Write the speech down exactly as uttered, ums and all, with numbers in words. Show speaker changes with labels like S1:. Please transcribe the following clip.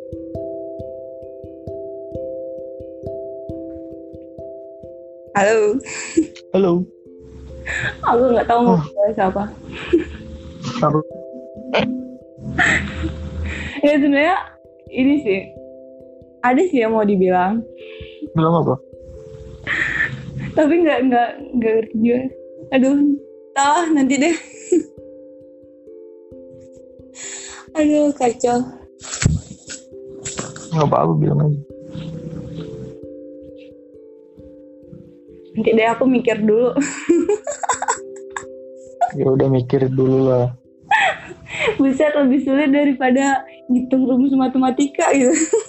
S1: Halo.
S2: Halo.
S1: Aku nggak tahu mau
S2: Oh.
S1: bahas apa.
S2: Apa?
S1: Ya sebenarnya ini sih ada sih yang mau dibilang,
S2: Bilang apa?
S1: tapi nggak nggak nggak ngerti juga. Aduh, tah nanti deh. Aduh kacau.
S2: Nggak apa-apa, bilang aja.
S1: Nanti deh aku mikir dulu.
S2: Ya udah, mikir dulu lah.
S1: Buset, lebih sulit daripada ngitung rumus matematika gitu.